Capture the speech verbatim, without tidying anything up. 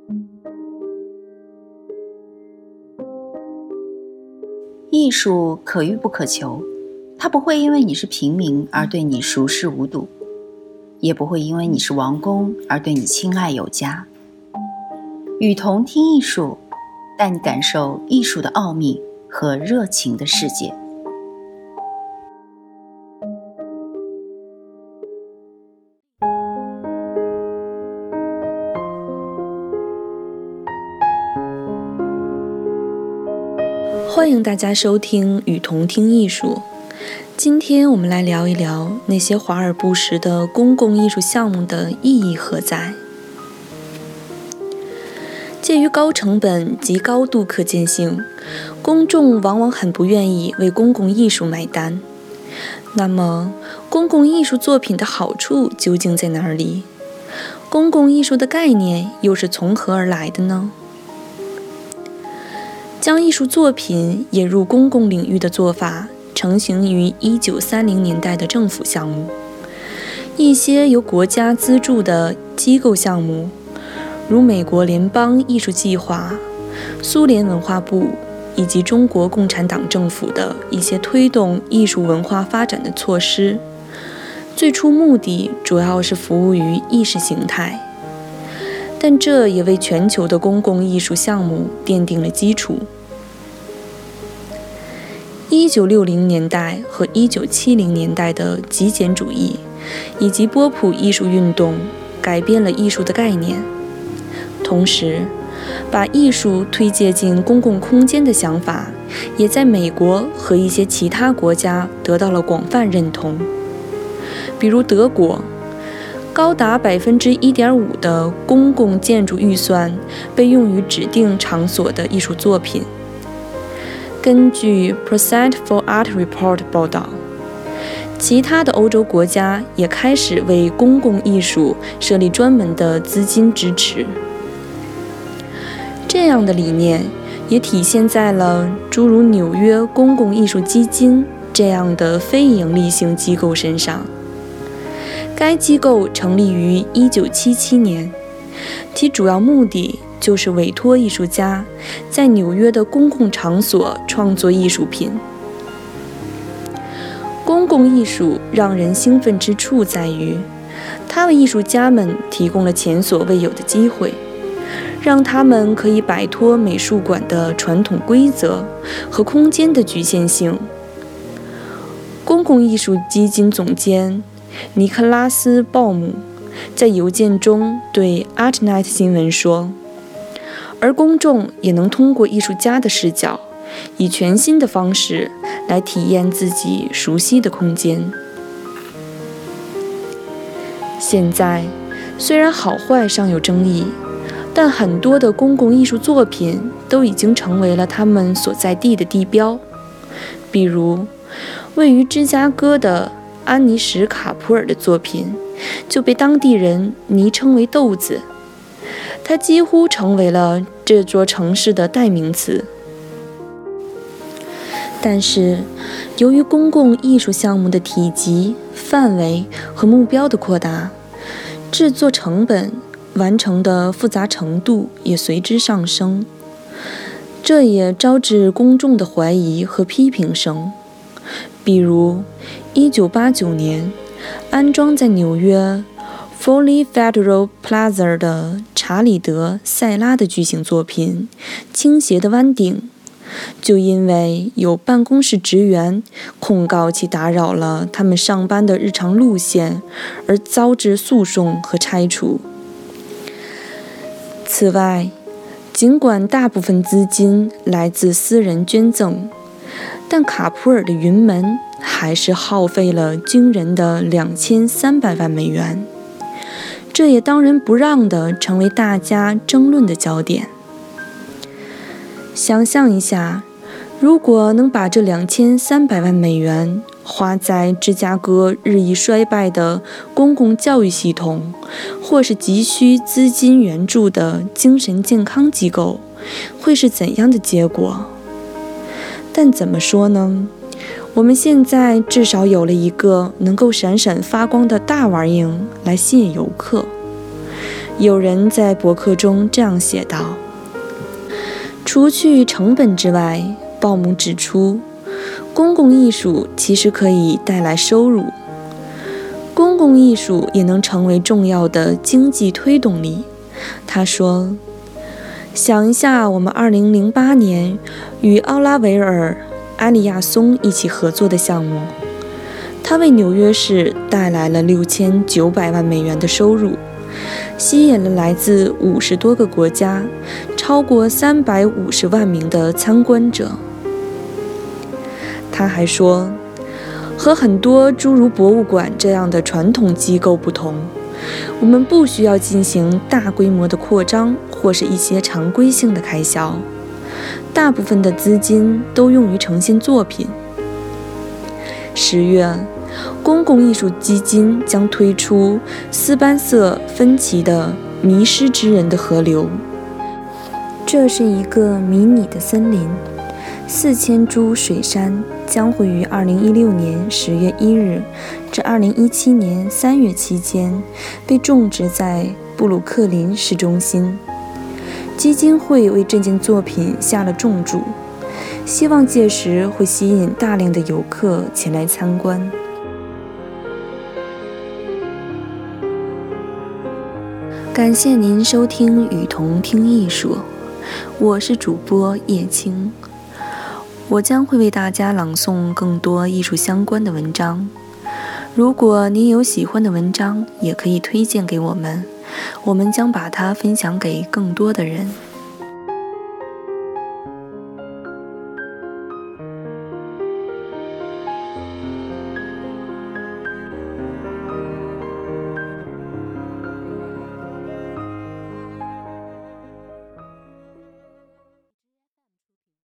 艺术可遇不可求，它不会因为你是平民而对你熟视无睹，也不会因为你是王公而对你青睐有加。雨桐听艺术，带你感受艺术的奥秘和热情的世界。 欢迎大家收听雨桐听艺术。今天我们来聊一聊那些华而不实的公共艺术项目的意义何在。介于高成本及高度可见性，公众往往很不愿意为公共艺术买单。那么，公共艺术作品的好处究竟在哪里？公共艺术的概念又是从何而来的呢？将艺术作品引入公共领域的做法成型于一九三零年代的政府项目，一些由国家资助的机构项目，如美国联邦艺术计划、苏联文化部以及中国共产党政府的一些推动艺术文化发展的措施，最初目的主要是服务于意识形态，但这也为全球的公共艺术项目奠定了基础。一九六零年代和一九七零年代的极简主义以及波普艺术运动改变了艺术的概念，同时把艺术推介进公共空间的想法也在美国和一些其他国家得到了广泛认同。比如德国，高达百分之一点五的公共建筑预算被用于指定场所的艺术作品。根据 Percent for Art Report 报道，其他的欧洲国家也开始为公共艺术设立专门的资金支持。这样的理念也体现在了诸如纽约公共艺术基金这样的非营利性机构身上。该机构成立于一九七七年，其主要目的就是委托艺术家在纽约的公共场所创作艺术品。公共艺术让人兴奋之处在于，它为艺术家们提供了前所未有的机会，让他们可以摆脱美术馆的传统规则和空间的局限性。公共艺术基金总监尼克拉斯·鲍姆在邮件中对 ArtNet 新闻说，而公众也能通过艺术家的视角，以全新的方式来体验自己熟悉的空间。现在，虽然好坏尚有争议，但很多的公共艺术作品都已经成为了他们所在地的地标。比如，位于芝加哥的安妮什·卡普尔的作品就被当地人昵称为豆子，它几乎成为了这座城市的代名词。但是，由于公共艺术项目的体积、范围和目标的扩大，制作成本、完成的复杂程度也随之上升，这也招致公众的怀疑和批评声。比如，一九八九年安装在纽约 Foley Federal Plaza 的查理德·塞拉的巨型作品《倾斜的弯顶》，就因为有办公室职员控告其打扰了他们上班的日常路线，而遭致诉讼和拆除。此外，尽管大部分资金来自私人捐赠，但卡普尔的云门还是耗费了惊人的两千三百万美元，这也当仁不让地成为大家争论的焦点。想象一下，如果能把这两千三百万美元花在芝加哥日益衰败的公共教育系统，或是急需资金援助的精神健康机构，会是怎样的结果？但怎么说呢？我们现在至少有了一个能够闪闪发光的大玩意来吸引游客， 有人在博客中这样写道：除去成本之外，鲍姆指出，公共艺术其实可以带来收入，公共艺术也能成为重要的经济推动力。他说，想一下我们二零零八年与奥拉维尔·埃利亚松一起合作的项目，他为纽约市带来了六千九百万美元的收入，吸引了来自五十多个国家超过三百五十万名的参观者。他还说，和很多诸如博物馆这样的传统机构不同，我们不需要进行大规模的扩张或是一些常规性的开销，大部分的资金都用于呈现作品。十月，公共艺术基金将推出斯班瑟·芬奇的《迷失之人的河流》，这是一个迷你的森林，四千株水杉将会于二零一六年十月一日至二零一七年三月期间被种植在布鲁克林市中心。基金会为这件作品下了重注，希望届时会吸引大量的游客前来参观。感谢您收听雨桐听艺术，我是主播叶青，我将会为大家朗诵更多艺术相关的文章。如果您有喜欢的文章，也可以推荐给我们，我们将把它分享给更多的人。